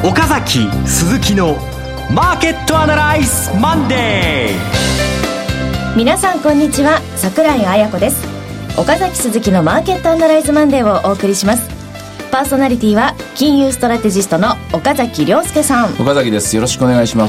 岡崎鈴木のマーケットアナライズマンデー。 皆さんこんにちは、桜井彩子です。岡崎鈴木のマーケットアナライズマンデーをお送りします。パーソナリティは金融ストラテジストの岡崎亮介さん。 岡崎です。よろしくお願いします。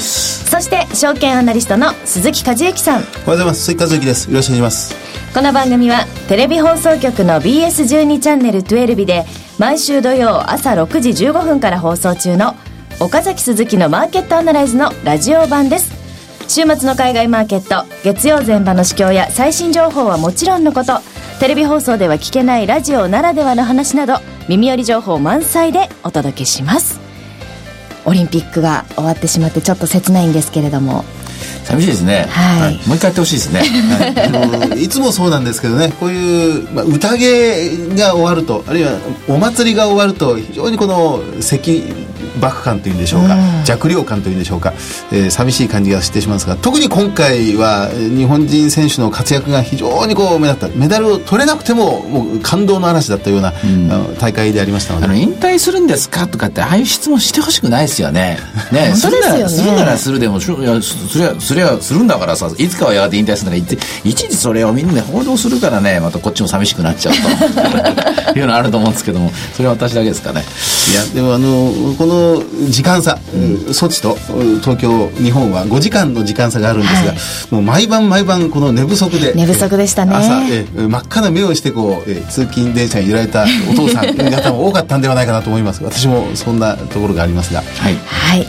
そして証券アナリストの鈴木和之さん。 おはようございます。鈴木和之です。よろしくお願いします。 この番組はテレビ放送局の BS12 チャンネル12で毎週土曜朝6時15分から放送中の岡崎鈴木のマーケットアナライズのラジオ版です。週末の海外マーケット、月曜前場の市況や最新情報はもちろんのこと、テレビ放送では聞けないラジオならではの話など耳寄り情報満載でお届けします。オリンピックが終わってしまってちょっと切ないんですけれども、 寂しいですね、はい、もう一回やってほしいですね、 はい、いつもそうなんですけどね、こういう、宴が終わると、あるいはお祭りが終わると非常にこの積漠感というんでしょうか、弱量感というんでしょうか、寂しい感じがしてしまうんですが、特に今回は日本人選手の活躍が非常にこう目立った。メダルを取れなくてももう感動の嵐だったような、大会でありましたので、 引退するんですかとかってああいう質問してほしくないですよね。ね、 本当ですよね。 するならするでも、するんだからさ、いつかはやがて引退するんだから、いちいちそれをみんなで報道するからね、またこっちも寂しくなっちゃうというのあると思うんですけども、それは私だけですかね。 いやでもこの時間差、ソチと東京、日本は5時間の時間差があるんですが、もう毎晩この寝不足でしたね。 朝真っ赤な目をして通勤電車に揺られたお父さん方も多かったんではないかなと思います。私もそんなところがありますが、 はい、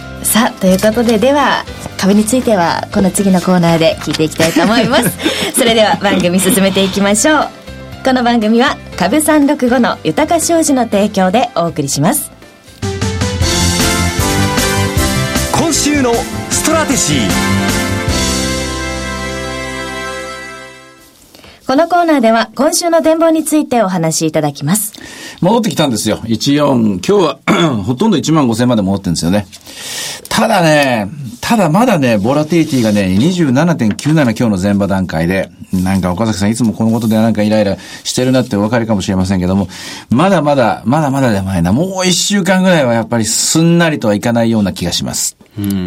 さあということで、では株についてはこの次のコーナーで聞いていきたいと思いますそれでは番組進めていきましょう。この番組は株365の豊商事の提供でお送りします。 今週のストラテジー。 このコーナーでは今週の展望についてお話しいただきます。 戻ってきたんですよ。今日はほとんど15,000まで戻ってるんですよね。ただまだね、ボラティリティがね、27.97 今日の前場段階で、なんか岡崎さんいつもこのことでなんかイライラしてるなってお分かりかもしれませんけども、まだまだじゃないな、もう1週間ぐらいはやっぱりすんなりとはいかないような気がします。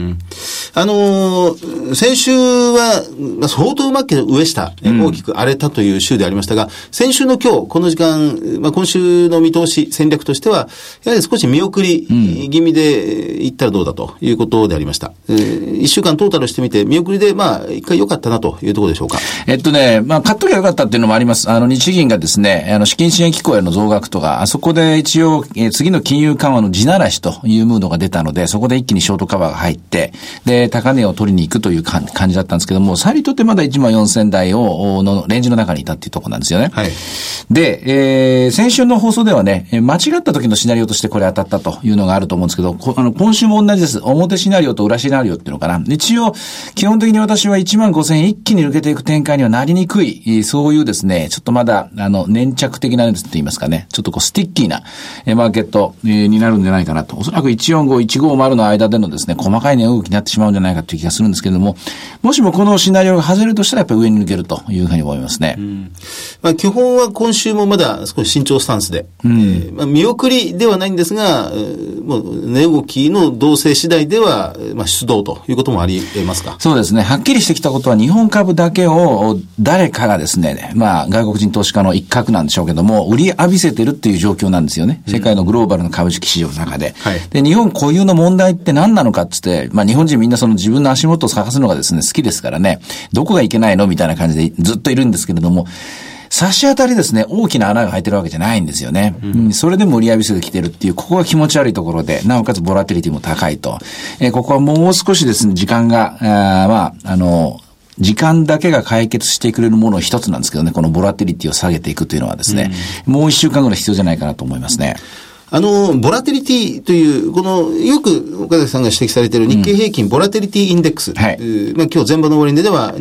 先週は相当うまく上下、大きく荒れたという週でありましたが、先週の今日この時間、今週の見通し戦略としてはやはり少し見送り気味でいったらどうだということでありました。1週間トータルしてみて見送りで一回良かったなというところでしょうか。 買っときゃ良かったっていうのもあります。日銀がですね、資金支援機構への増額とか、あそこで一応、次の金融緩和の地ならしというムードが出たので、そこで一気にショートカバーが入って、で、高値を取りに行くという感じだったんですけども、さりとってまだ 14,000 台のレンジの中にいたっていうところなんですよね。はい。で、先週の放送ではね、間違った時のシナリオとしてこれ当たったというのがあると思うんですけど、今週も同じです。表シナリオと裏シナリオっていうのかな。一応、基本的に私は 15,000 一気に抜けていく展開にはなりにくい、そういうですね、ちょっとまだ、粘着的なやつって言いますかね、ちょっとスティッキーなマーケットになるんじゃないかなと。おそらく145、150の間でのですね、細かい値動きになってしまうんじゃないかという気がするんですけれども、もしもこのシナリオが外れるとしたらやっぱり上に抜けるというふうに思いますね。 基本は今週もまだ少し慎重スタンスで、見送りではないんですが、もう値動きの動静次第では、出動ということもあり得ますか。 そうですね。はっきりしてきたことは日本株だけを誰かがですね、外国人投資家の一角なんでしょうけども、売り浴びせてるっていう状況なんですよね。世界のグローバルの株式市場の中で。で、日本固有の問題って何なのかって言って、日本人みんなその自分の足元を探すのがですね、好きですからね、どこがいけないのみたいな感じでずっといるんですけれども、差し当たりですね、大きな穴が開いてるわけじゃないんですよね。それでも売り浴びせてきてるっていう、ここが気持ち悪いところで、なおかつボラティリティも高いと。ここはもう少しですね、時間が、時間だけが解決してくれるもの一つなんですけどね、このボラティリティを下げていくというのはですね、もう1週間ぐらい必要じゃないかなと思いますね。 ボラティリティという、よく岡崎さんが指摘されている日経平均ボラティリティインデックス。今日前場の終値では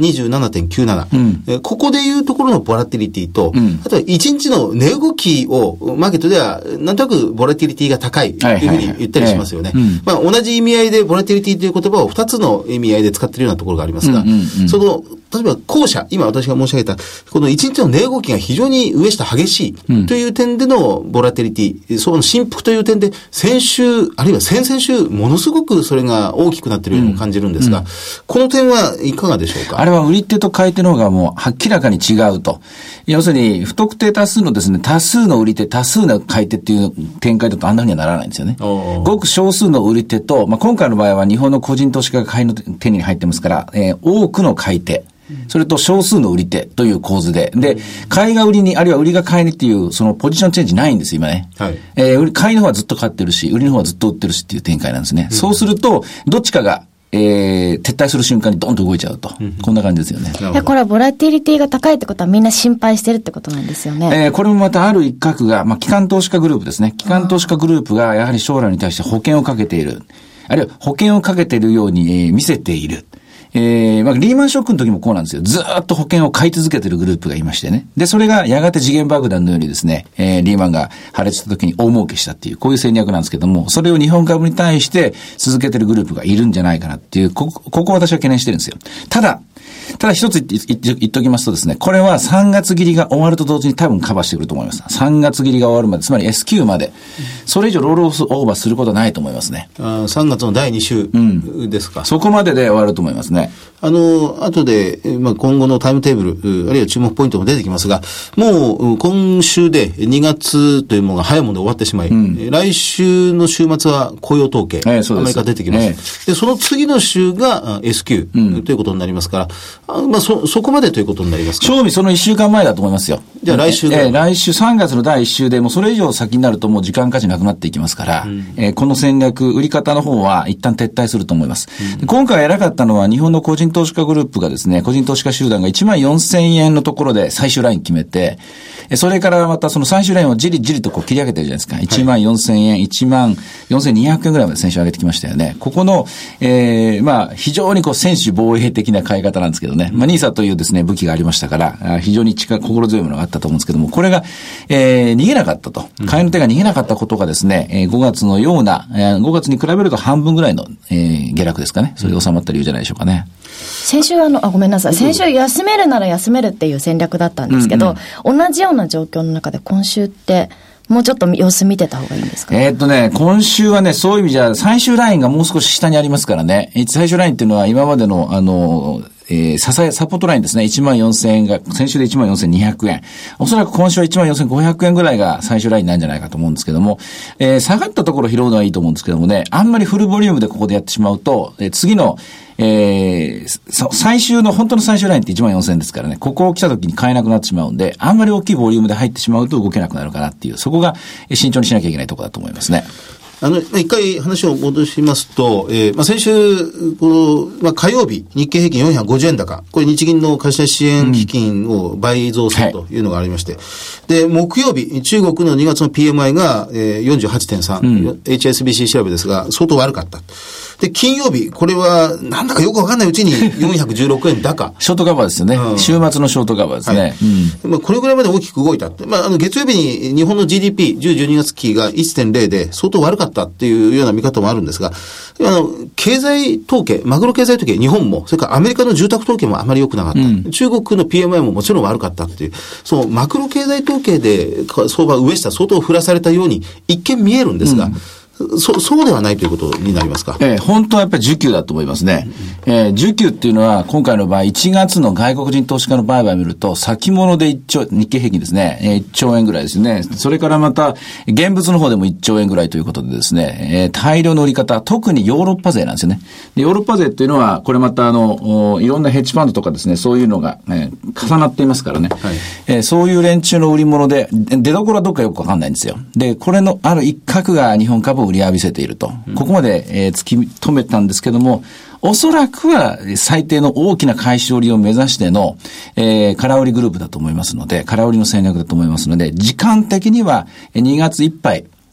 27.97。ここでいうところのボラティリティと、あとは1日の値動きを、マーケットでは、なんとなくボラティリティが高いというふうに言ったりしますよね。同じ意味合いでボラティリティという言葉を2つの意味合いで使っているようなところがありますが、その例えば後者、今私が申し上げた、この1日の値動きが非常に上下激しいという点でのボラテリティ、その振幅という点で、先週、あるいは先々週、ものすごくそれが大きくなっているようにも感じるんですが、この点はいかがでしょうか？ あれは売り手と買い手の方がもう明らかに違うと。要するに、不特定多数のですね、多数の売り手、多数の買い手っていう展開だとあんなふうにはならないんですよね。ごく少数の売り手と、今回の場合は日本の個人投資家が買いの手に入ってますから、多くの買い手。それと少数の売り手という構図で。で、買いが売りに、あるいは売りが買いにっていう、そのポジションチェンジないんです、今ね。はい。買いの方はずっと買ってるし、売りの方はずっと売ってるしっていう展開なんですね。そうすると、どっちかが、撤退する瞬間にドンと動いちゃうと。こんな感じですよね。 いや、これはボラティリティが高いってことはみんな心配してるってことなんですよね。 これもまたある一角が、機関投資家グループですね。機関投資家グループがやはり将来に対して保険をかけている。あるいは保険をかけているように、見せている。リーマンショックの時もこうなんですよ。ずーっと保険を買い続けているグループがいましてね。で、それがやがて時限爆弾のようにですね、リーマンが破裂した時に大儲けしたっていう、こういう戦略なんですけども、それを日本株に対して続けているグループがいるんじゃないかなっていう、ここ私は懸念してるんですよ。ただ一つ言っておきますとですね、これは3月切りが終わると同時に多分カバーしてくると思います。3月切りが終わるまで、つまり S q まで、それ以上ロールオーバーすることはないと思いますね。 3月の第2週ですか。 そこまでで終わると思いますね。 後で、今後のタイムテーブル、あるいは注目ポイントも出てきますが、もう今週で2月というものが早いもので終わってしまい、来週の週末は雇用統計、アメリカ出てきます。で、その次の週が S q ということになりますから、そこまでということになりますか？ 正味その1週間前だと思いますよ。 じゃあ来週来週3月の第1週でもうそれ以上先になるともう時間価値なくなっていきますから、この戦略、売り方の方は一旦撤退すると思います。今回偉かったのは日本の個人投資家グループがですね、個人投資家集団が14,000円のところで最終ライン決めて、それからまたその最終ラインをじりじりとこう切り上げてるじゃないですか。14,000円、14,200円ぐらいまで先週上げてきましたよね。ここの、非常にこう専守防衛的な買い方なんですけどね。ニーサというですね、武器がありましたから、非常に心強いものがあったと思うんですけども、これが、逃げなかったと。買いの手が逃げなかったことがですね、5月のような、5月に比べると半分ぐらいの、下落ですかね。それで収まった理由じゃないでしょうかね。 先週ごめんなさい。先週休めるなら休めるっていう戦略だったんですけど、同じような状況の中で今週って、もうちょっと様子見てた方がいいんですか？ 今週はね、そういう意味じゃ、最終ラインがもう少し下にありますからね。最終ラインっていうのは今までの、サポートラインですね。14,000円が、先週で14,200円。おそらく今週は14,500円ぐらいが最終ラインなんじゃないかと思うんですけども、下がったところを拾うのはいいと思うんですけどもね、あんまりフルボリュームでここでやってしまうと、次の、本当の最終ラインって14,000円ですからね、ここを来た時に買えなくなってしまうんで、あんまり大きいボリュームで入ってしまうと動けなくなるかなっていう、そこが慎重にしなきゃいけないところだと思いますね。 一回話を戻しますと、先週、火曜日、日経平均450円高。これ日銀の貸し出し支援基金を倍増するというのがありまして。で、木曜日、中国の2月の PMI が、48.3、HSBC 調べですが、相当悪かった。で、金曜日、これは、なんだかよくわかんないうちに416円高。 ショートカバーですよね。週末のショートカバーですね。 これぐらいまで大きく動いたって。月曜日に日本の GDP、10、12月期が 1.0 で相当悪かったっていうような見方もあるんですが、経済統計、マクロ経済統計、日本も、それからアメリカの住宅統計もあまり良くなかった。中国の PMI ももちろん悪かったっていう、そのマクロ経済統計で相場上下相当振らされたように一見見えるんですが、そうではないということになりますか？ 本当はやっぱり需給だと思いますね。需給っていうのは今回の場合1月の外国人投資家の売買を見ると先物で日経平均ですね、1兆円ぐらいですね。それからまた現物の方でも1兆円ぐらいということでですね、大量の売り方、特にヨーロッパ勢なんですよね。でヨーロッパ勢っていうのはこれまたいろんなヘッジファンドとかですね、そういうのが、重なっていますからね、そういう連中の売り物で出所はどっかよくわかんないんですよ。でこれのある一角が日本株を売り浴びせていると。ここまで、突き止めたんですけども、おそらくは最低の大きな買い取りを目指しての、空売りグループだと思いますので、空売りの戦略だと思いますので、時間的には2月いっぱい、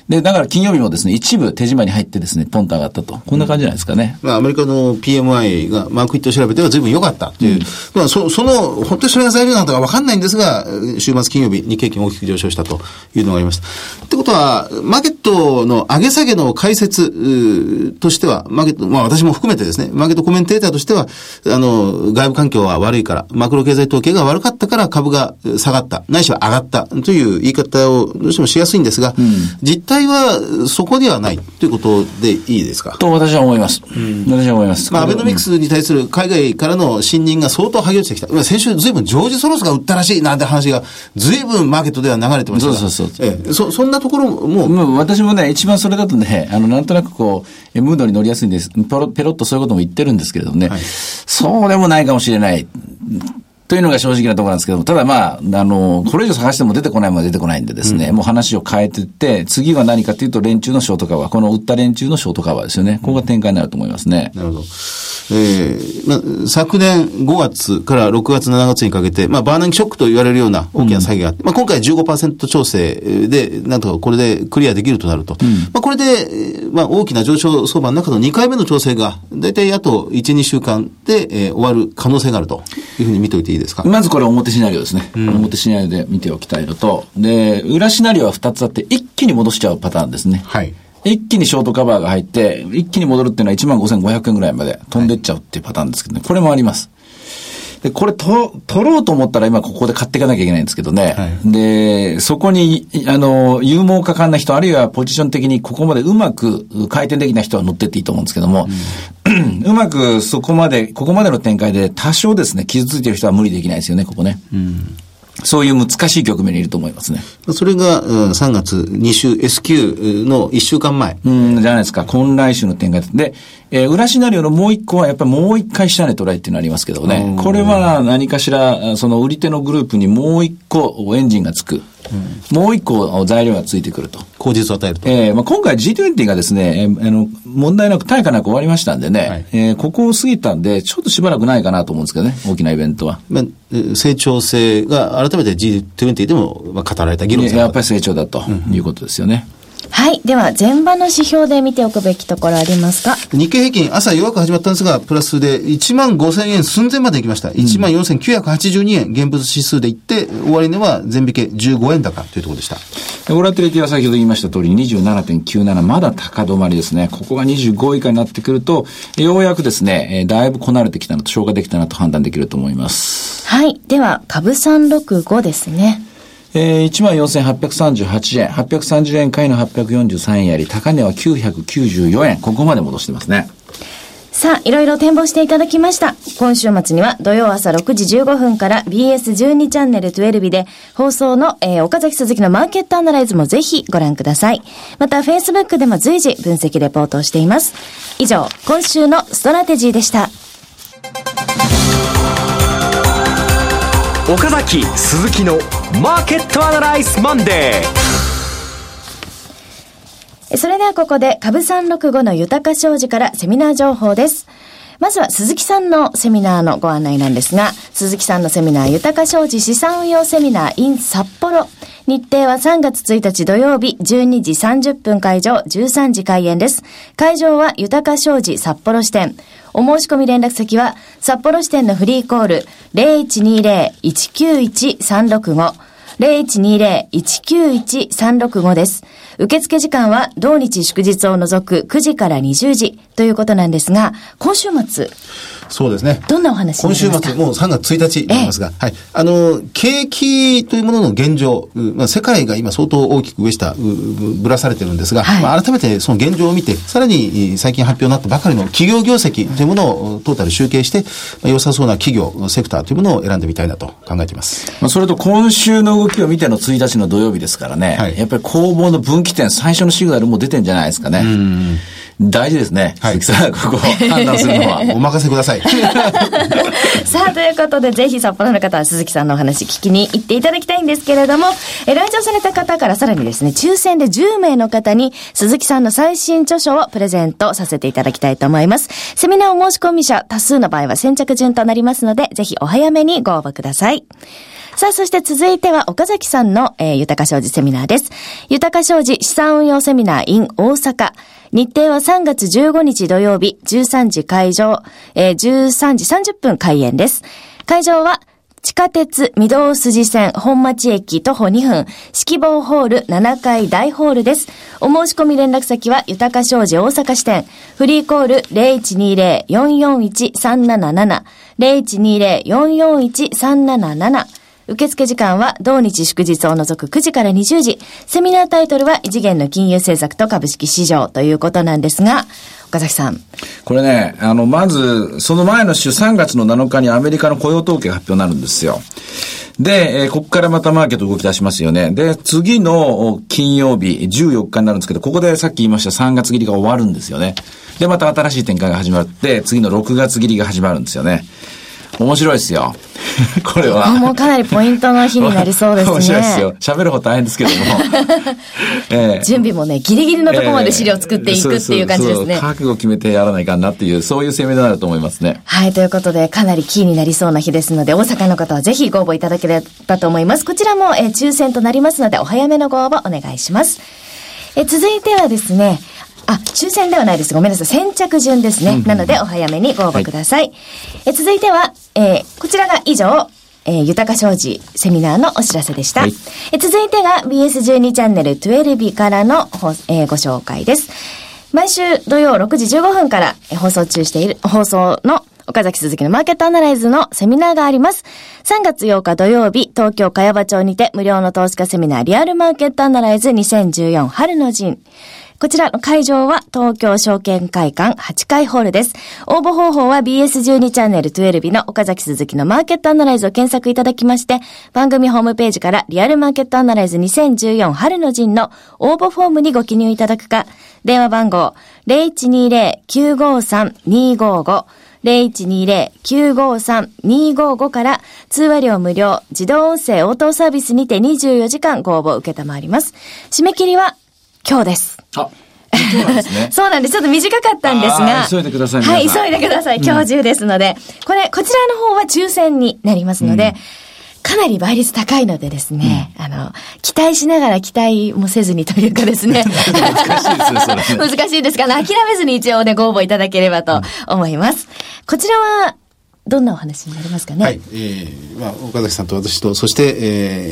で、だから金曜日もですね、一部手締まりに入ってですね、ポンと上がったと。こんな感じじゃないですかね。 アメリカの PMI がマークヒットを調べては随分良かったという。その、本当にそれが材料なのかわかんないんですが、週末金曜日、日経平均大きく上昇したというのがありました。ってことは、マーケットの上げ下げの解説としては、私も含めてですね、マーケットコメンテーターとしては、外部環境は悪いから、マクロ経済統計が悪かったから株が下がった、ないしは上がったという言い方をどうしてもしやすいんですが、実態はそこではないということでいいですかと私は思います。私は思います。 アベノミクスに対する海外からの信任が相当剥げ落ちてきた。先週随分ジョージ・ソロスが売ったらしいなんて話が随分マーケットでは流れてましたが。そんなところも。 私もね、一番それだとね、なんとなくムードに乗りやすいんです。ペロッとそういうことも言ってるんですけれどもね、そうでもないかもしれない。というのが正直なところなんですけども、ただこれ以上探しても出てこないものは出てこないんでですね、もう話を変えていって、次は何かというと連中のショートカバー、この売った連中のショートカバーですよね。ここが展開になると思いますね。 なるほど。昨年5月から6月、7月にかけて、バーナンキショックと言われるような大きな詐欺があって、今回 15% 調整で、なんとかこれでクリアできるとなると。これで、大きな上昇相場の中の2回目の調整が、だいたいあと1、2週間で、終わる可能性があるというふうに見ておいていいですか？ まずこれ表シナリオですね。表シナリオで見ておきたいのと、で、裏シナリオは2つあって、一気に戻しちゃうパターンですね。 はい。 一気にショートカバーが入って、一気に戻るっていうのは 15,500 円ぐらいまで飛んでっちゃうっていうパターンですけどね。これもあります。で、これ取ろうと思ったら今ここで買っていかなきゃいけないんですけどね。はい、で、そこに、勇猛果敢な人、あるいはポジション的にここまでうまく回転できない人は乗ってっていいと思うんですけども、うまくここまでの展開で多少ですね、傷ついてる人は無理できないですよね、ここね。そういう難しい局面にいると思いますね。 それが、3月2週 S q の1週間前。 じゃないですか。今来週の展開で。裏シナリオのもう一個はやっぱりもう一回下値トライっていうのありますけどね。これは何かしら、その売り手のグループにもう一個エンジンがつく。もう一個材料がついてくると。 口実を与えると。 今回 G20 がですね、問題なく対価なく終わりましたんでね、はい、ここを過ぎたんで、ちょっとしばらくないかなと思うんですけどね、大きなイベントは。 成長性が改めて G20 でも語られた議論やっぱり成長だということですよね。 はい。では、前場の指標で見ておくべきところありますか？ 日経平均、朝弱く始まったんですが、プラスで15,000円寸前まで行きました。14,982 円、現物指数で行って、終値は全引け15円高というところでした。 ボラティリティは先ほど言いました通り 27.97、まだ高止まりですね。ここが25以下になってくると、ようやくですね、だいぶこなれてきたなと、消化できたなと判断できると思います。 はい。では、株365ですね。 14,838 円、830円買いの843円やり、高値は994円、ここまで戻してますね。 さあ、いろいろ展望していただきました。今週末には土曜朝6時15分から BS12 チャンネル12で放送の、岡崎鈴木のマーケットアナライズもぜひご覧ください。また Facebook でも随時分析レポートをしています。以上、今週のストラテジーでした。 岡崎鈴木のマーケットアナライズマンデー。それではここで株365の豊か商事からセミナー情報です。まずは鈴木さんのセミナーのご案内なんですが、鈴木さんのセミナー豊か商事資産運用セミナー in 札幌。日程は3月1日土曜日12時30分会場、13時開演です。会場は豊か商事札幌支店。お申し込み連絡先は札幌支店のフリーコール 0120-191-365 0120-191-365 です。受付時間は同日祝日を除く9時から20時ということなんですが、今週末。 そうですね。 どんなお話になりますか？ 今週末、もう3月1日になりますが、はい。景気というものの現状、世界が今相当大きくぶらされてるんですが、はい、改めてその現状を見て、さらに最近発表になったばかりの企業業績というものをトータル集計して、良さそうな企業、セクターというものを選んでみたいなと考えています。 それと今週の動きを見ての1日の土曜日ですからね、はい、やっぱり攻防の分岐点、最初のシグナルも出てんじゃないですかね。大事ですね。はい。鈴木さん、ここ判断するのは。 お任せください。 さあ、ということで、ぜひ札幌の方は鈴木さんのお話聞きに行っていただきたいんですけれども、来場された方からさらにですね、抽選で10名の方に鈴木さんの最新著書をプレゼントさせていただきたいと思います。セミナーお申し込み者多数の場合は先着順となりますので、ぜひお早めにご応募ください。 さあ、そして続いては岡崎さんの、豊か商事セミナーです。豊か商事資産運用セミナー in 大阪。日程は3月15日土曜日、13時会場、13時30分開演です。会場は、地下鉄御堂筋線本町駅徒歩2分、式房ホール7階大ホールです。お申し込み連絡先は豊か商事大阪支店、フリーコール 0120-441-377 0120-441-377。受付時間は同日祝日を除く9時から20時。セミナータイトルは異次元の金融政策と株式市場ということなんですが、岡崎さん。 これね、まず、その前の週3月の7日にアメリカの雇用統計が発表になるんですよ。で、ここからまたマーケット動き出しますよね。で、次の金曜日、14日になるんですけど、ここでさっき言いました3月切りが終わるんですよね。で、また新しい展開が始まって、次の6月切りが始まるんですよね。面白いですよ。これは。 もうかなりポイントの日になりそうですね。 面白いですよ。喋る方大変ですけども。 準備もね、ギリギリのところまで資料を作っていくっていう感じですね。 覚悟決めてやらないかなっていう、そういうセミナーだと思いますね。 はい、ということで、かなりキーになりそうな日ですので、大阪の方はぜひご応募いただければと思います。こちらも、抽選となりますので、お早めのご応募お願いします。続いてはですね、抽選ではないです。ごめんなさい。先着順ですね。なので、お早めにご応募ください。はい、続いては、こちらが以上、豊か商事セミナーのお知らせでした。はい、続いてが BS12 チャンネル12からのご紹介です。毎週土曜6時15分から放送の岡崎鈴木のマーケットアナライズのセミナーがあります。3月8日土曜日、東京茅場町にて無料の投資家セミナーリアルマーケットアナライズ2014春の陣。こちらの会場は東京証券会館8階ホールです。応募方法は BS12 チャンネル12の岡崎鈴木のマーケットアナライズを検索いただきまして、番組ホームページからリアルマーケットアナライズ2014春の陣の応募フォームにご記入いただくか、電話番号 0120-953-255 0120-953-255 から通話料無料自動音声応答サービスにて24時間ご応募受けたまわります。締め切りは今日です。 今日なんですね。 そうなんです。ちょっと短かったんですが。 急いでください。 はい、急いでください。今日中ですので、こちらの方は抽選になりますので、かなり倍率高いのでですね、期待しながら期待もせずにというかですね。 難しいですね、それね。 難しいですから、諦めずに一応ね、ご応募いただければと思います。こちらは、どんなお話になりますかね。 はい。岡崎さんと私と、そして、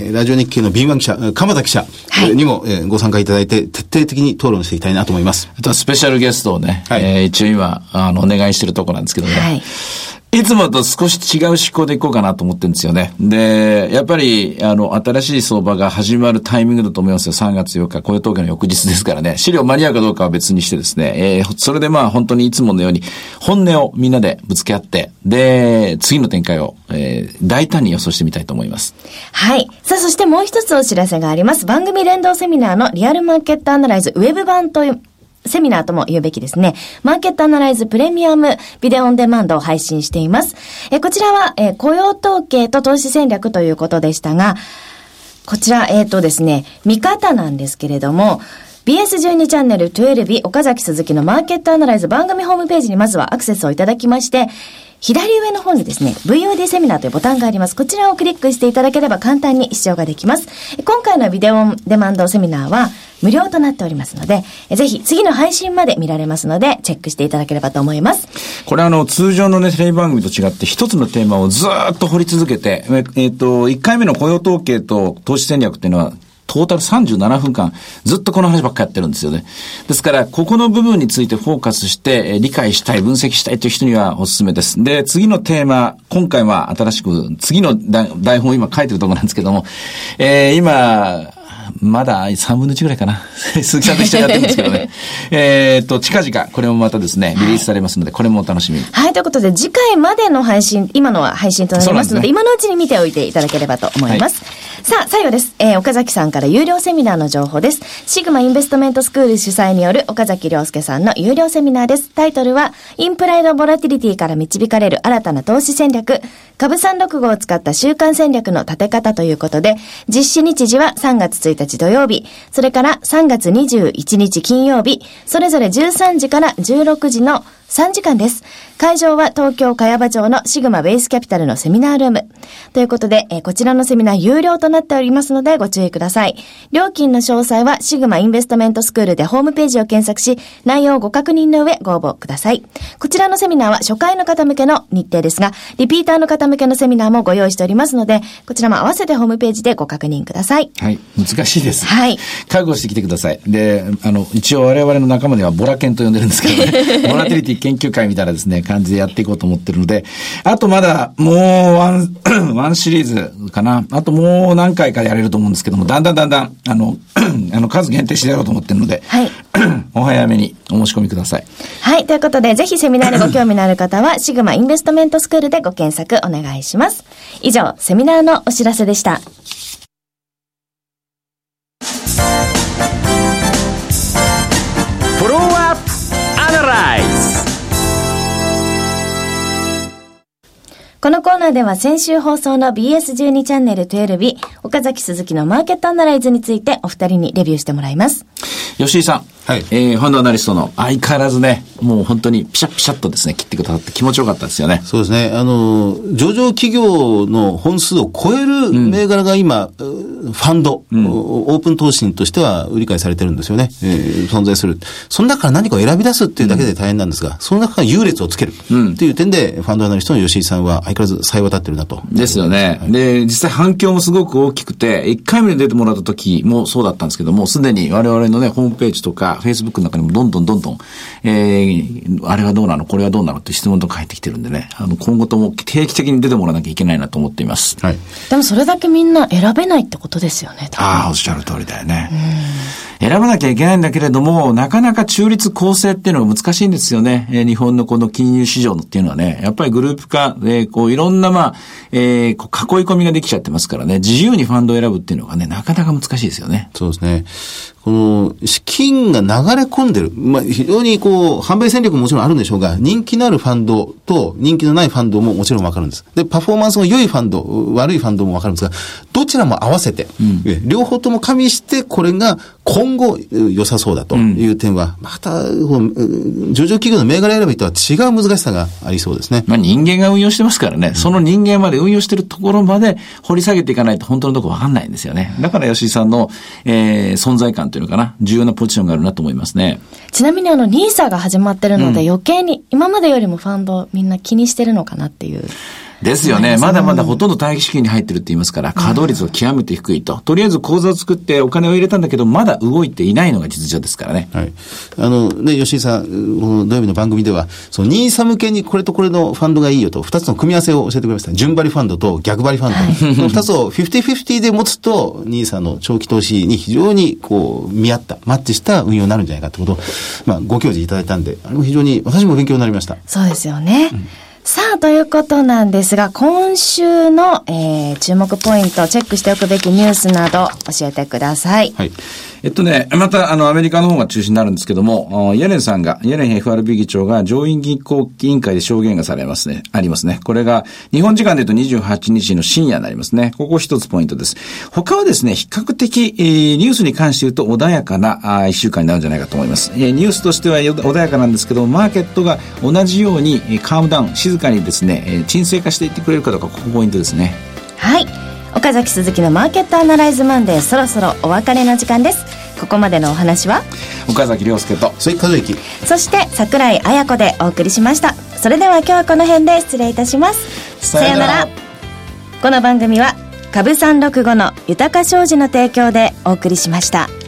ラジオ日経の敏腕記者、鎌田記者にも、ご参加いただいて、徹底的に討論していきたいなと思います。 あとはスペシャルゲストをね、一応今、お願いしてるところなんですけどね。 はい。 いつもと少し違う思考でいこうかなと思ってるんですよね。で、やっぱり、新しい相場が始まるタイミングだと思いますよ。3月8日、雇用統計の翌日ですからね。資料間に合うかどうかは別にしてですね。それで本当にいつものように、本音をみんなでぶつけ合って、で、次の展開を、大胆に予想してみたいと思います。 はい。さあ、そしてもう一つお知らせがあります。番組連動セミナーのリアルマーケットアナライズウェブ版という、セミナーとも言うべきですね。マーケットアナライズプレミアムビデオオンデマンドを配信しています。こちらは、雇用統計と投資戦略ということでしたが、こちら、ですね、見方なんですけれども、BS12 チャンネル12岡崎鈴木のマーケットアナライズ番組ホームページにまずはアクセスをいただきまして、左上の方にですね、VOD セミナーというボタンがあります。こちらをクリックしていただければ簡単に視聴ができます。今回のビデオオンデマンドセミナーは無料となっておりますので、ぜひ次の配信まで見られますので、チェックしていただければと思います。 これ通常のね、テレビ番組と違って一つのテーマをずーっと掘り続けて、1回目の雇用統計と投資戦略っていうのは、トータル37分間ずっとこの話ばっかやってるんですよね。ですから、ここの部分についてフォーカスして、理解したい、分析したいという人にはおすすめです。で、次のテーマ、今回は新しく、次の台本を今書いてるところなんですけども、今、まだ3分の1ぐらいかな。鈴木さんと一緒にやってるんですけどね。近々、これもまたですね、リリースされますので、これもお楽しみに。 はい、ということで、次回までの配信、今のは配信となりますので、今のうちに見ておいていただければと思います。さあ、最後です。岡崎さんから有料セミナーの情報です。シグマインベストメントスクール主催による岡崎亮介さんの有料セミナーです。タイトルは、インプライドボラティリティから導かれる新たな投資戦略、株365を使った週間戦略の立て方ということで、実施日時は3月1日土曜日、それから3月21日金曜日、それぞれ13時から16時の 3時間です。会場は東京茅場町のシグマベースキャピタルのセミナールーム。ということで、こちらのセミナー有料となっておりますのでご注意ください。料金の詳細はシグマインベストメントスクールでホームページを検索し、内容をご確認の上ご応募ください。こちらのセミナーは初回の方向けの日程ですが、リピーターの方向けのセミナーもご用意しておりますので、こちらも合わせてホームページでご確認ください。 はい。難しいです。 はい。 覚悟してきてください。で、一応我々の仲間ではボラ研と呼んでるんですけどね、ボラティリティ研究会みたいなですね、感じでやっていこうと思ってるので、あとまだもうワンシリーズかな。あともう何回かやれると思うんですけども、だんだん、数限定してやろうと思ってるので、はい。お早めにお申し込みください。 はい。ということで、ぜひセミナーにご興味のある方は、シグマインベストメントスクールでご検索お願いします。以上、セミナーのお知らせでした。 フォローアップアナライズ。 このコーナーでは先週放送の BS12 チャンネル12岡崎鈴木のマーケットアナライズについてお二人にレビューしてもらいます。 吉井さん、はい、ファンドアナリストの相変わらずね、もう本当にピシャッピシャッとですね、切ってくださって気持ちよかったですよね。 そうですね。上場企業の本数を超える銘柄が今、ファンド、オープン投資としては売り買いされてるんですよね。存在する。その中から何かを選び出すっていうだけで大変なんですが、その中から優劣をつけるっていう点で、ファンドアナリストの吉井さんは相変わらず冴え渡ってるなと。 ですよね。はい、で、実際反響もすごく大きくて、1回目に出てもらった時もそうだったんですけども、すでに我々のね、ホームページとか、Facebook の中にもどんどん、あれはどうなのこれはどうなのって質問とか入ってきてるんでね、今後とも定期的に出てもらわなきゃいけないなと思っています。 はい。でもそれだけみんな選べないってことですよね。 ああ、おっしゃる通りだよね。選ばなきゃいけないんだけれども、なかなか中立公正っていうのが難しいんですよね。日本のこの金融市場のっていうのはね、やっぱりグループ化で、いろんな囲い込みができちゃってますからね、自由にファンドを選ぶっていうのがね、なかなか難しいですよね。 そうですね。この資金が流れ込んでる。非常に販売戦略ももちろんあるんでしょうが、人気のあるファンドと人気のないファンドももちろんわかるんです。で、パフォーマンスが良いファンド、悪いファンドもわかるんですが、どちらも合わせて、両方とも加味して、これが今後良さそうだという点は、また、上場企業の銘柄選びとは違う難しさがありそうですね。 人間が運用してますからね、その人間まで運用してるところまで掘り下げていかないと本当のところわかんないんですよね。だから吉井さんの、存在感というのかな、重要なポジションがあるなと思いますね。 ちなみにNISA が始まってるので、余計に今までよりもファンドみんな気にしてるのかなっていう。 ですよね。まだまだほとんど待機資金に入ってるって言いますから、稼働率は極めて低いと。とりあえず口座を作ってお金を入れたんだけど、まだ動いていないのが実情ですからね。 はい。吉井さん、土曜日の番組では、NISA 向けにこれとこれのファンドがいいよと、二つの組み合わせを教えてくれました。順張りファンドと逆張りファンド。はい、この二つを 50-50 で持つと、NISA の長期投資に非常に見合った、マッチした運用になるんじゃないかってことを、ご教示いただいたんで、あれも非常に私も勉強になりました。 そうですよね。さあ、ということなんですが、今週の、注目ポイント、チェックしておくべきニュースなど教えてください。 はい。また、アメリカの方が中心になるんですけども、イエレン FRB 議長が上院議会委員会で証言がされますね、ありますね。これが、日本時間で言うと28日の深夜になりますね。ここ一つポイントです。他はですね、比較的、ニュースに関して言うと穏やかな、一週間になるんじゃないかと思います。ニュースとしては穏やかなんですけど、マーケットが同じように、カームダウン、静かにですね、沈静化していってくれるかどうか、ここポイントですね。 はい。岡崎鈴木のマーケットアナライズマンデー、そろそろお別れの時間です。ここまでのお話は岡崎亮介と鈴木和之、 そして櫻井彩子でお送りしました。それでは今日はこの辺で失礼いたします。さよなら。この番組は株365の豊か商事の提供でお送りしました。